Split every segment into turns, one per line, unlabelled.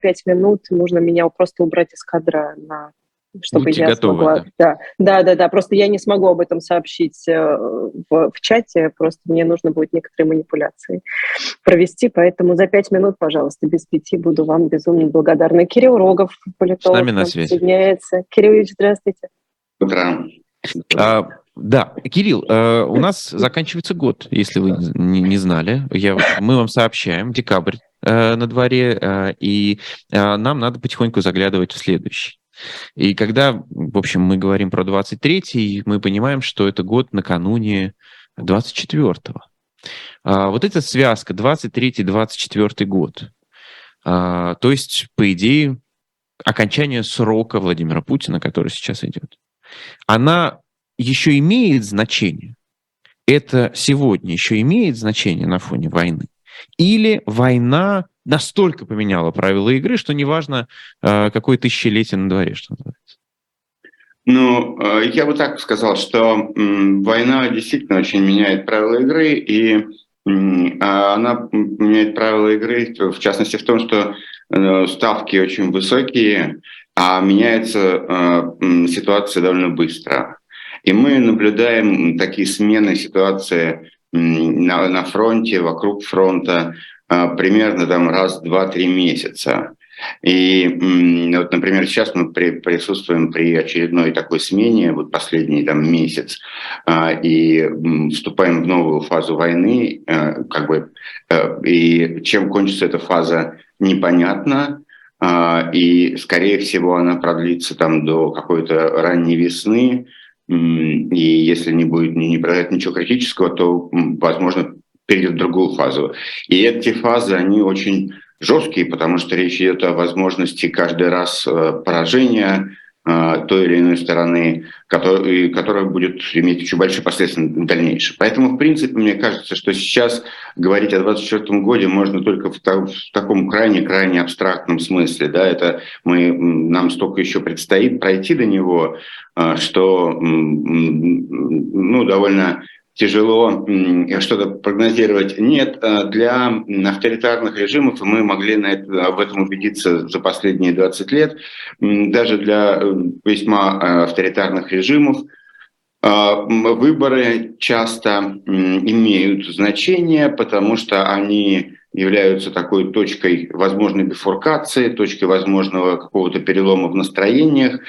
5 минут нужно меня просто убрать из кадра, чтобы
Будьте
я
готовы,
смогла... Да. Просто я не смогу об этом сообщить в чате, просто мне нужно будет некоторые манипуляции провести, поэтому за 5 минут, пожалуйста, без 5 буду вам безумно благодарна. Кирилл Рогов, политолог,
с нами на связи.
присоединяется. Кирилл Ильич, здравствуйте.
Утро.
Да, Кирилл, у нас заканчивается год, если вы не знали. Мы вам сообщаем, декабрь на дворе, и нам надо потихоньку заглядывать в следующий. И когда, в общем, мы говорим про 23-й, мы понимаем, что это год накануне 24-го. Вот эта связка 23-24 год, то есть, по идее, окончание срока Владимира Путина, который сейчас идет, она еще имеет значение? Это сегодня еще имеет значение на фоне войны? Или война настолько поменяла правила игры, что неважно, какое тысячелетие на дворе, что называется?
Я бы так сказал, что война действительно очень меняет правила игры, и она меняет правила игры, в частности, в том, что ставки очень высокие, а меняется ситуация довольно быстро. И мы наблюдаем такие смены ситуации на фронте, вокруг фронта, примерно там раз, два, 3 месяца. И вот, например, сейчас мы присутствуем при очередной такой смене, вот последний там месяц, и вступаем в новую фазу войны, и чем кончится эта фаза, непонятно, и, скорее всего, она продлится там до какой-то ранней весны, и если не будет, не произойдет ничего критического, то, возможно, перейдет в другую фазу. И эти фазы, они очень жесткие, потому что речь идет о возможности каждый раз поражения той или иной стороны, которая будет иметь еще большие последствия в дальнейшем. Поэтому, в принципе, мне кажется, что сейчас говорить о 2024 году можно только в таком крайне абстрактном смысле. Да? Нам столько еще предстоит пройти до него, что довольно тяжело что-то прогнозировать. Нет, для авторитарных режимов, и мы могли в этом убедиться за последние 20 лет, даже для весьма авторитарных режимов выборы часто имеют значение, потому что они являются такой точкой возможной бифуркации, точкой возможного какого-то перелома в настроениях,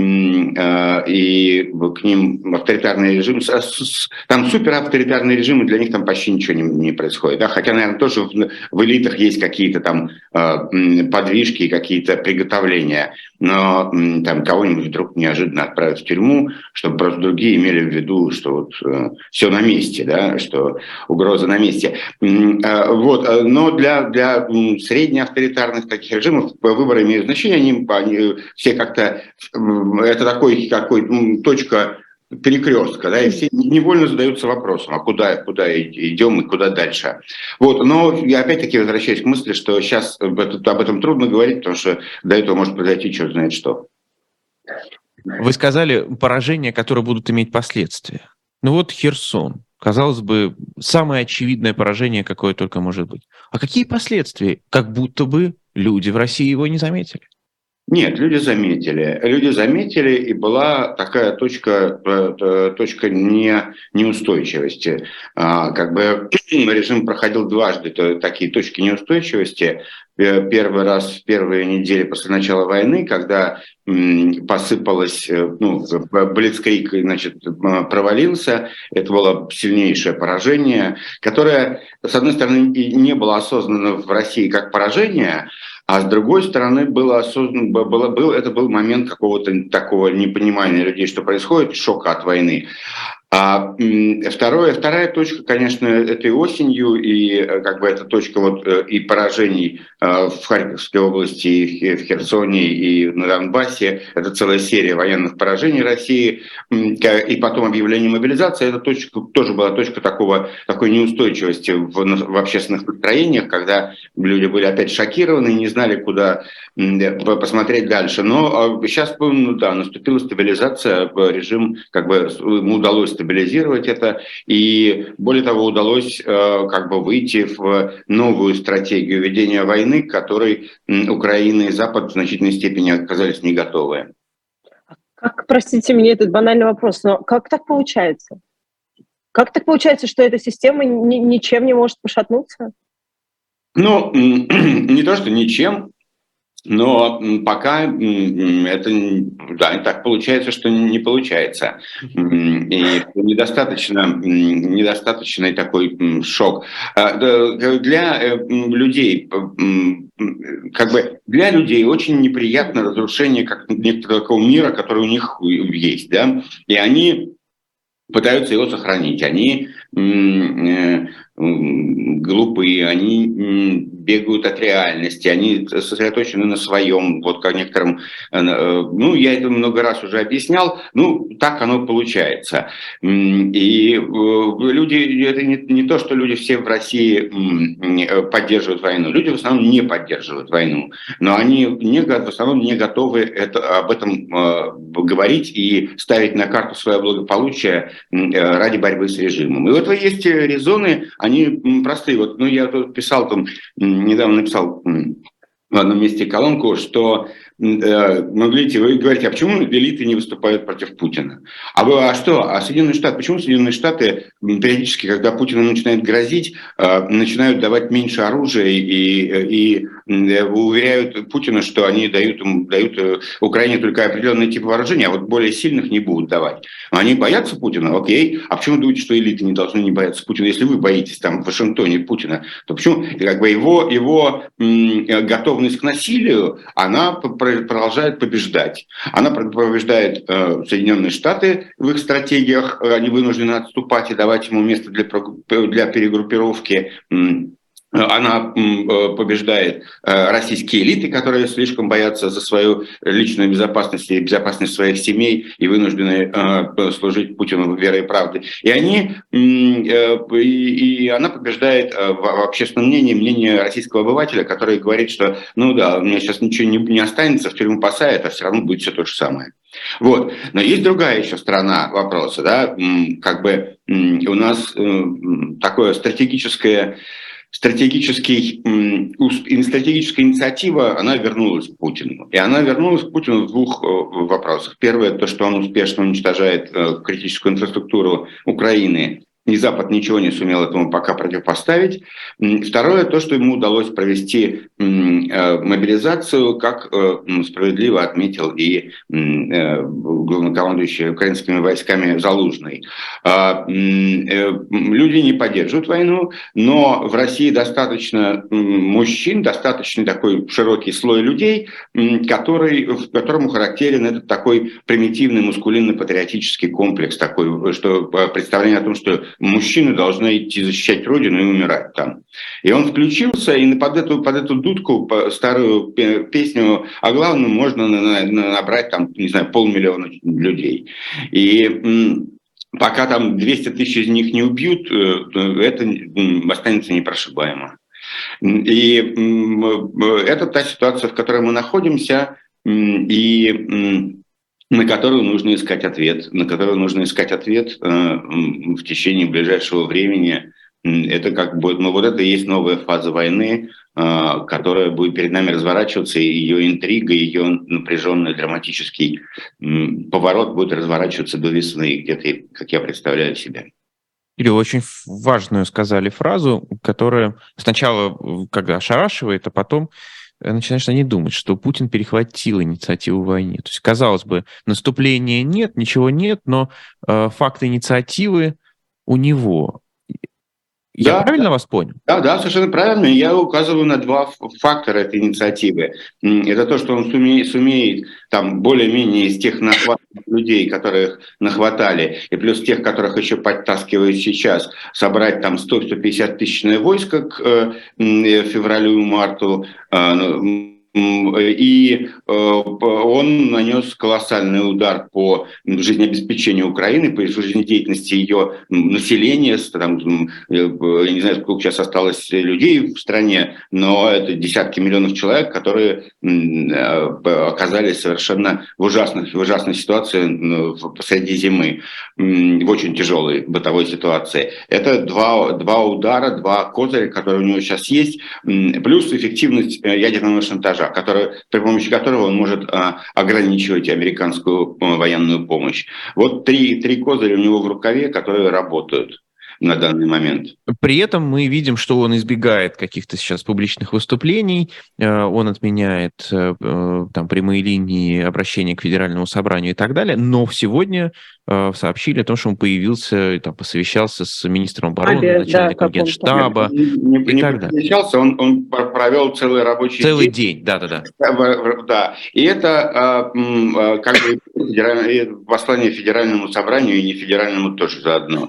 и к ним авторитарные режимы, там суперавторитарные режимы, для них там почти ничего не происходит. Да? Хотя, наверное, тоже в элитах есть какие-то там подвижки, какие-то приготовления, но там кого-нибудь вдруг неожиданно отправят в тюрьму, чтобы просто другие имели в виду, что все на месте, да? Что угроза на месте. Но для среднеавторитарных таких режимов выборы имеют значение, они все как-то, это такой точка перекрестка, да, и все невольно задаются вопросом, а куда идем и куда дальше. Но я опять-таки возвращаюсь к мысли, что сейчас об этом трудно говорить, потому что до этого может произойти черт знает что.
Вы сказали поражения, которые будут иметь последствия. Херсон. Казалось бы, самое очевидное поражение, какое только может быть. А какие последствия? Как будто бы люди в России его не заметили.
Нет, люди заметили, и была такая точка неустойчивости. Режим проходил дважды такие точки неустойчивости. Первый раз в первые недели после начала войны, когда посыпалось, Блицкриг, провалился. Это было сильнейшее поражение, которое, с одной стороны, и не было осознано в России как поражение, а с другой стороны, это был момент какого-то такого непонимания людей, что происходит, шока от войны. А вторая точка, конечно, этой осенью, и эта точка и поражений в Харьковской области, и в Херсоне, и на Донбассе, это целая серия военных поражений России, и потом объявление мобилизации, эта точка тоже была точка такой неустойчивости в общественных настроениях, когда люди были опять шокированы и не знали, куда посмотреть дальше. Но сейчас, наступила стабилизация, режим, ему удалось стабилизировать это. И более того, удалось как бы выйти в новую стратегию ведения войны, к которой Украина и Запад в значительной степени оказались не готовы.
Как, простите мне этот банальный вопрос, но как так получается? Как так получается, что эта система ничем не может пошатнуться?
Ну, не то, что ничем, но пока это, да, так получается, что не получается. И недостаточный такой шок. Для людей, как бы для людей очень неприятно разрушение некоторого такого мира, который у них есть, да, и они пытаются его сохранить. Они глупые, они бегают от реальности, они сосредоточены на своем, вот как некоторым, ну, я это много раз уже объяснял, ну, так оно получается. И люди, это не то, что люди все в России поддерживают войну, люди в основном не поддерживают войну, но они в основном не готовы об этом говорить и ставить на карту свое благополучие ради борьбы с режимом. И у этого есть резоны, они простые. Вот, ну, я тут писал, там, недавно написал в одном месте колонку, что вы говорите, а почему элиты не выступают против Путина? А что? А Соединенные Штаты? Почему Соединенные Штаты периодически, когда Путину начинает грозить, начинают давать меньше оружия и уверяют Путина, что они дают Украине только определенный тип вооружения, а вот более сильных не будут давать. Они боятся Путина? Окей. А почему думаете, что элиты не должны не бояться Путина? Если вы боитесь там в Вашингтоне Путина, то почему как бы его готовность к насилию, она продолжает побеждать. Она побеждает Соединенные Штаты в их стратегиях, они вынуждены отступать и давать ему место для перегруппировки. Она побеждает российские элиты, которые слишком боятся за свою личную безопасность и безопасность своих семей и вынуждены служить Путину верой и правдой. И она побеждает в общественном мнении российского обывателя, который говорит, что ну да, у меня сейчас ничего не останется, в тюрьму посадят, а все равно будет все то же самое. Вот. Но есть другая еще сторона вопроса, да, как бы у нас такое стратегическая инициатива, она вернулась к Путину. И она вернулась к Путину в двух вопросах. Первое, то, что он успешно уничтожает критическую инфраструктуру Украины, и Запад ничего не сумел этому пока противопоставить. Второе, то, что ему удалось провести мобилизацию, как справедливо отметил и главнокомандующий украинскими войсками Залужный. Люди не поддерживают войну, но в России достаточно мужчин, достаточно такой широкий слой людей, которому характерен этот такой примитивный мускулинно-патриотический комплекс, такой, что представление о том, что мужчины должны идти защищать Родину и умирать там. И он включился, и под эту дудку, старую песню, а главное, можно набрать там, не знаю, 500 000 людей. И пока там 200 тысяч из них не убьют, это останется непрошибаемо. И это та ситуация, в которой мы находимся, и на которую нужно искать ответ, в течение ближайшего времени. Это как бы, вот это и есть новая фаза войны, которая будет перед нами разворачиваться, и ее интрига, ее напряженный драматический поворот будет разворачиваться до весны, где-то, как я представляю себе.
Кирилл, очень важную сказали фразу, которая сначала когда ошарашивает, а потом начинаешь на ней думать, что Путин перехватил инициативу в войне. То есть, казалось бы, наступления нет, ничего нет, но факт инициативы у него. Я правильно вас понял?
Да, совершенно правильно. Я указываю на два фактора этой инициативы. Это то, что он сумеет там более-менее из тех людей, которых нахватали, и плюс тех, которых еще подтаскивают сейчас, собрать там 100-150 тысячное войско к февралю-марту, И он нанес колоссальный удар по жизнеобеспечению Украины, по жизнедеятельности ее населения. Там, я не знаю, сколько сейчас осталось людей в стране, но это десятки миллионов человек, которые оказались совершенно в ужасной ситуации посреди зимы, в очень тяжелой бытовой ситуации. Это два удара, два козыря, которые у него сейчас есть, плюс эффективность ядерного шантажа, при помощи которого он может ограничивать американскую военную помощь. Вот три козыря у него в рукаве, которые работают на данный момент.
При этом мы видим, что он избегает каких-то сейчас публичных выступлений, он отменяет там прямые линии обращения к Федеральному собранию и так далее, но сегодня сообщили о том, что он появился, там, посовещался с министром обороны, начальником Генштаба и так далее.
Посовещался, он провел целый рабочий
день. Да.
Да, и это как бы послание Федеральному собранию и не Федеральному тоже заодно.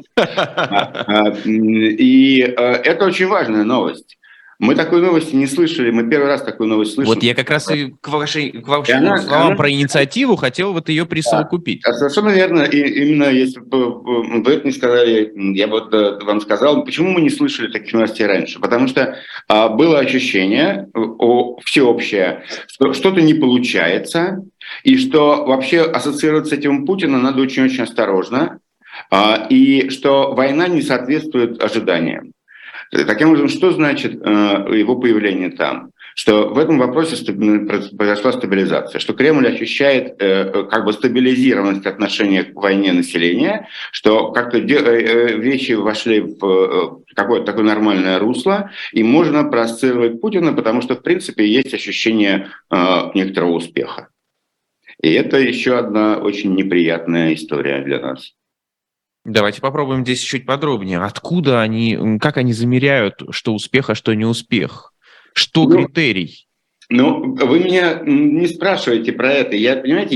И это очень важная новость. Мы такой новости не слышали, мы первый раз такую новость слышим.
Вот я как раз и к вашим словам про инициативу хотел вот ее присовокупить.
Да, совершенно верно. И именно если бы вы это не сказали, я бы вам сказал, почему мы не слышали таких новостей раньше. Потому что было ощущение всеобщее, что что-то не получается, и что вообще ассоциировать с этим Путина надо очень-очень осторожно, и что война не соответствует ожиданиям. Таким образом, что значит его появление там? Что в этом вопросе произошла стабилизация, что Кремль ощущает как бы стабилизированность отношения к войне населения, что как-то вещи вошли в какое-то такое нормальное русло, и можно проассоциировать Путина, потому что, в принципе, есть ощущение некоторого успеха. И это еще одна очень неприятная история для нас.
Давайте попробуем здесь чуть подробнее. Откуда как они замеряют, что успех, а что не успех? Что критерий?
Вы меня не спрашиваете про это. Понимаете,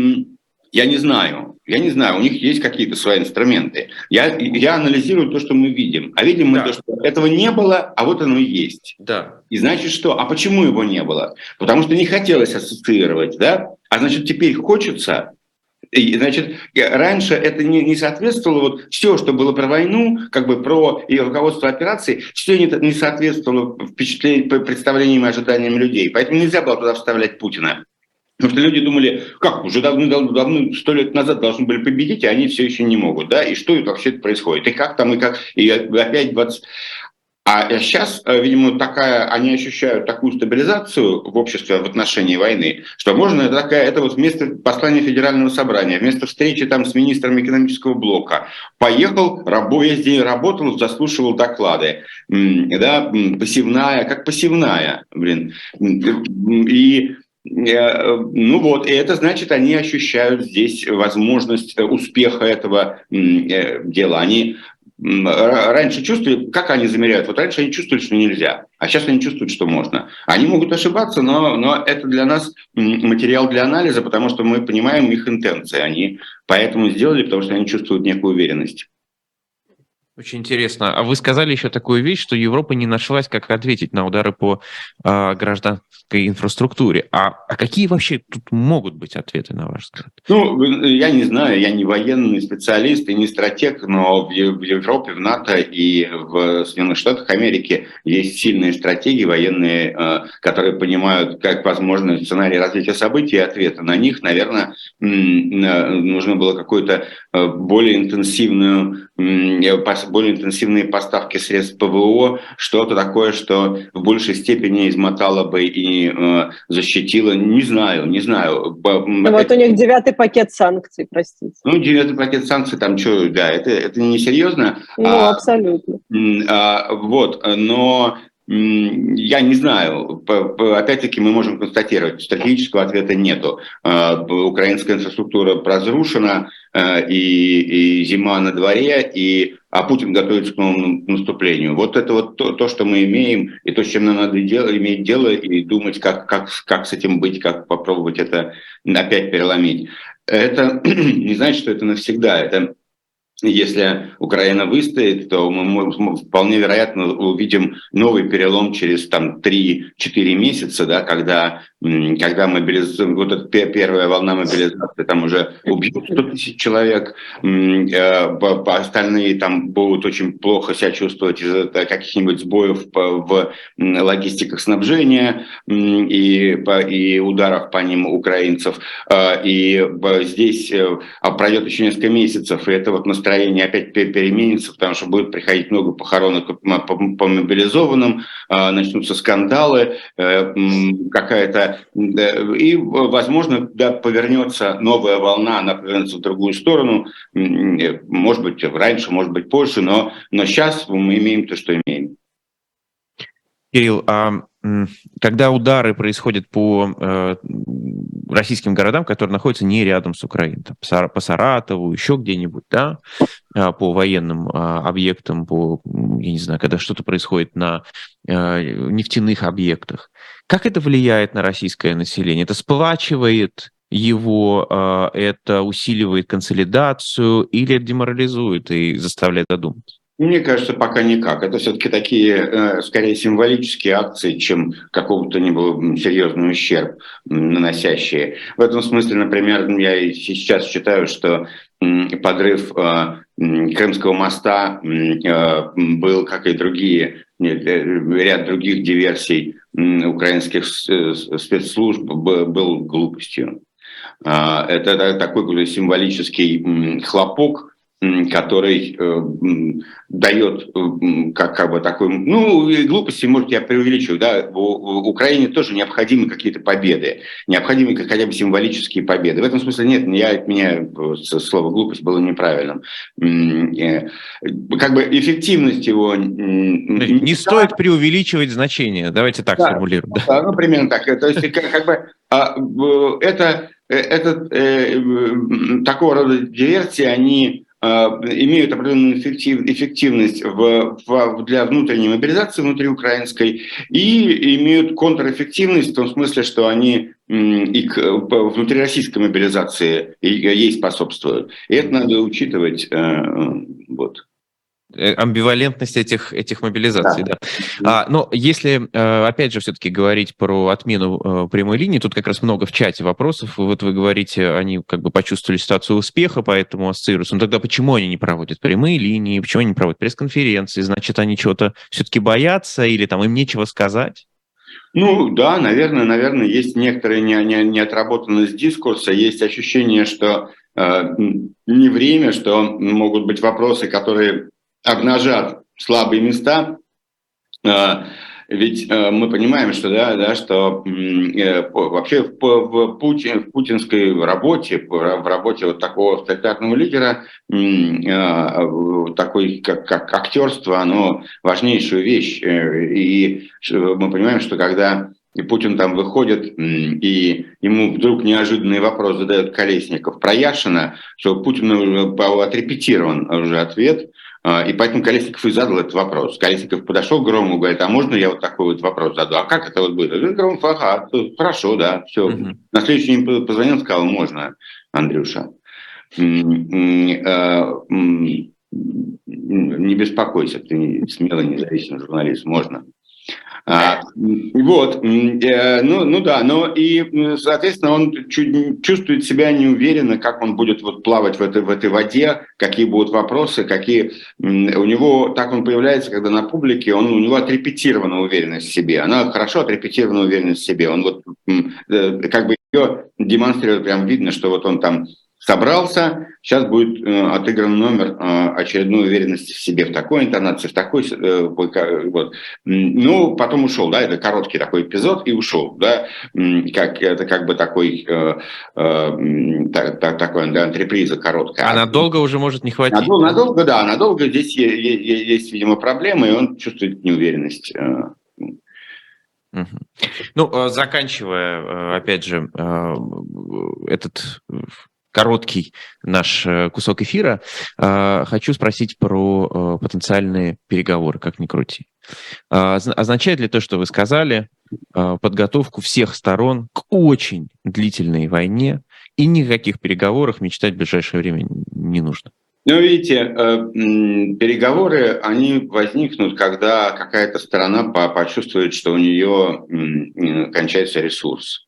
я не знаю. У них есть какие-то свои инструменты. Я анализирую то, что мы видим. А видим мы то, что этого не было, а вот оно и есть.
Да.
И значит что? А почему его не было? Потому что не хотелось ассоциировать, да? А значит, теперь хочется. И, значит, раньше это не соответствовало, вот все, что было про войну, как бы про ее руководство операций, все не соответствовало представлениям и ожиданиям людей. Поэтому нельзя было туда вставлять Путина. Потому что люди думали, как, уже давно 100 лет назад должны были победить, а они все еще не могут, да, и что это вообще происходит, и как там, и опять 20... А сейчас, видимо, они ощущают такую стабилизацию в обществе в отношении войны, что можно это вот вместо послания Федерального собрания, вместо встречи там с министром экономического блока, поехал, весь день работал, заслушивал доклады, да, посевная, и и это значит, они ощущают здесь возможность успеха этого дела. Они раньше чувствовали, как они замеряют? Вот раньше они чувствовали, что нельзя, а сейчас они чувствуют, что можно. Они могут ошибаться, но это для нас материал для анализа, потому что мы понимаем их интенции. Они поэтому сделали, потому что они чувствуют некую уверенность.
Очень интересно. А вы сказали еще такую вещь, что Европа не нашлась, как ответить на удары по гражданской инфраструктуре. А какие вообще тут могут быть ответы, на ваш взгляд?
Я не знаю, я не военный специалист и не стратег, но в Европе, в НАТО и в Соединенных Штатах Америки есть сильные стратегии военные, которые понимают, как возможны сценарии развития событий, и ответы на них, наверное, нужно было какую-то более интенсивные поставки средств ПВО, что-то такое, что в большей степени измотало бы и защитило. Не знаю.
Вот у них 9-й пакет санкций, простите.
9-й пакет санкций, там что, да, это не серьезно.
Абсолютно.
Но я не знаю. Опять-таки мы можем констатировать, стратегического ответа нету. Украинская инфраструктура разрушена, и зима на дворе, а Путин готовится к новому наступлению. Вот это вот то, что мы имеем, и то, с чем нам надо иметь дело, и думать, как с этим быть, как попробовать это опять переломить. Это не значит, что это навсегда. Это если Украина выстоит, то мы вполне вероятно увидим новый перелом через 3-4 месяца, да, когда вот эта первая волна мобилизации, там уже убьют 100 тысяч человек, остальные там будут очень плохо себя чувствовать из-за каких-нибудь сбоев в логистиках снабжения и ударов по ним украинцев. И здесь пройдет еще несколько месяцев, и это вот настроение опять переменится, потому что будет приходить много похоронок по мобилизованным, начнутся скандалы, какая-то... И, возможно, да, повернется новая волна, она повернется в другую сторону, может быть, раньше, может быть, позже, но сейчас мы имеем то, что имеем.
Кирилл, когда удары происходят по российским городам, которые находятся не рядом с Украиной, там, по Саратову, еще где-нибудь, да, по военным объектам, я не знаю, когда что-то происходит на нефтяных объектах, как это влияет на российское население? Это сплачивает его, это усиливает консолидацию или деморализует и заставляет задуматься?
Мне кажется, пока никак. Это все-таки такие, скорее, символические акции, чем какого-то серьезный ущерб наносящие. В этом смысле, например, я и сейчас считаю, что подрыв Крымского моста был, как и ряд других диверсий украинских спецслужб, был глупостью. Это такой символический хлопок, который дает как бы такой... глупости, может, я преувеличиваю, да, Украине тоже необходимы какие-то победы, необходимы хотя бы символические победы. В этом смысле нет, меня слово «глупость» было неправильным. Как бы эффективность его...
Не стоит преувеличивать значение, давайте так сформулируем.
Да, примерно так. То есть, как бы это такого рода диверсии, они имеют определенную эффективность для внутренней мобилизации, внутриукраинской, и имеют контрэффективность в том смысле, что они и к внутрироссийской мобилизации ей способствуют. И это надо учитывать. Вот.
Амбивалентность этих мобилизаций, да. Но если, опять же, все-таки говорить про отмену прямой линии, тут как раз много в чате вопросов. Вот вы говорите, они как бы почувствовали ситуацию успеха, поэтому ассоциируются. Но тогда почему они не проводят прямые линии, почему они не проводят пресс-конференции? Значит, они чего-то все-таки боятся или там им нечего сказать?
Да, наверное, есть некоторая неотработанность дискурса, есть ощущение, что не время, что могут быть вопросы, которые обнажат слабые места, ведь мы понимаем, что, что вообще в путинской работе, в работе вот такого авторитарного лидера, такой как актерство, оно важнейшая вещь. И мы понимаем, что когда Путин там выходит, и ему вдруг неожиданный вопрос задает Колесников про Яшина, что Путину отрепетирован уже ответ, и поэтому Колесников и задал этот вопрос. Колесников подошел к Громову, говорит, а можно я вот такой вот вопрос заду? А как это вот будет? Громов, ага, хорошо, да, все. На следующий день позвонил, сказал, можно, Андрюша. Не беспокойся, ты смелый независимый журналист, можно. Вот, но и, соответственно, он чувствует себя неуверенно, как он будет вот плавать в этой воде, какие будут вопросы, какие у него, так он появляется, когда на публике, у него отрепетирована уверенность в себе, она хорошо отрепетирована уверенность в себе, он вот как бы ее демонстрирует, прям видно, что вот он там собрался, сейчас будет отыгран номер очередной уверенности в себе, в такой интонации, в такой... Вот. Потом ушел, да, это короткий такой эпизод, и ушел, да, это как бы такой антреприза короткая.
А надолго уже может не хватить?
Надолго здесь есть, видимо, проблемы, и он чувствует неуверенность.
Заканчивая, опять же, этот... короткий наш кусок эфира, хочу спросить про потенциальные переговоры, как ни крути. Означает ли то, что вы сказали, подготовку всех сторон к очень длительной войне, и никаких переговорах мечтать в ближайшее время не нужно?
Ну, видите, переговоры, они возникнут, когда какая-то сторона почувствует, что у нее кончается ресурс.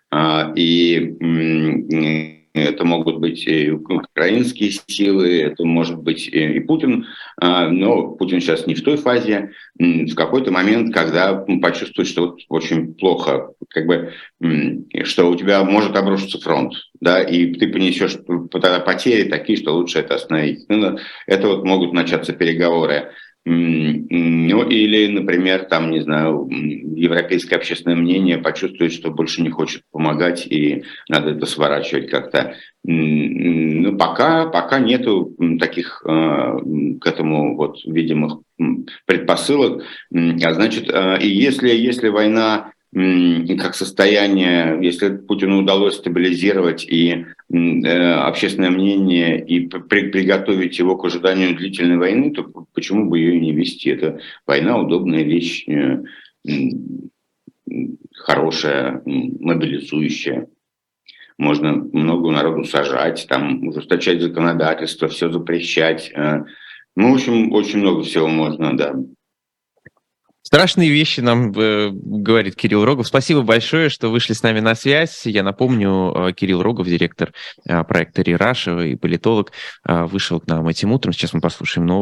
И это могут быть и украинские силы, это может быть и Путин, но Путин сейчас не в той фазе. В какой-то момент, когда почувствует, что вот очень плохо, как бы, что у тебя может обрушиться фронт, да, и ты понесешь тогда потери такие, что лучше это остановить. Ну, это вот могут начаться переговоры. Ну, или, например, там, не знаю, европейское общественное мнение почувствует, что больше не хочет помогать, и надо это сворачивать как-то. Ну, пока нету таких к этому вот видимых предпосылок. А значит, и если война как состояние, если Путину удалось стабилизировать и общественное мнение и приготовить его к ожиданию длительной войны, то почему бы ее и не вести? Это война, удобная вещь, хорошая, мобилизующая. Можно много народу сажать, там, ужесточать законодательство, все запрещать. Ну, в общем, очень много всего можно, да.
Страшные вещи нам говорит Кирилл Рогов. Спасибо большое, что вышли с нами на связь. Я напомню, Кирилл Рогов, директор проекта «Рерашева» и политолог, вышел к нам этим утром. Сейчас мы послушаем новости.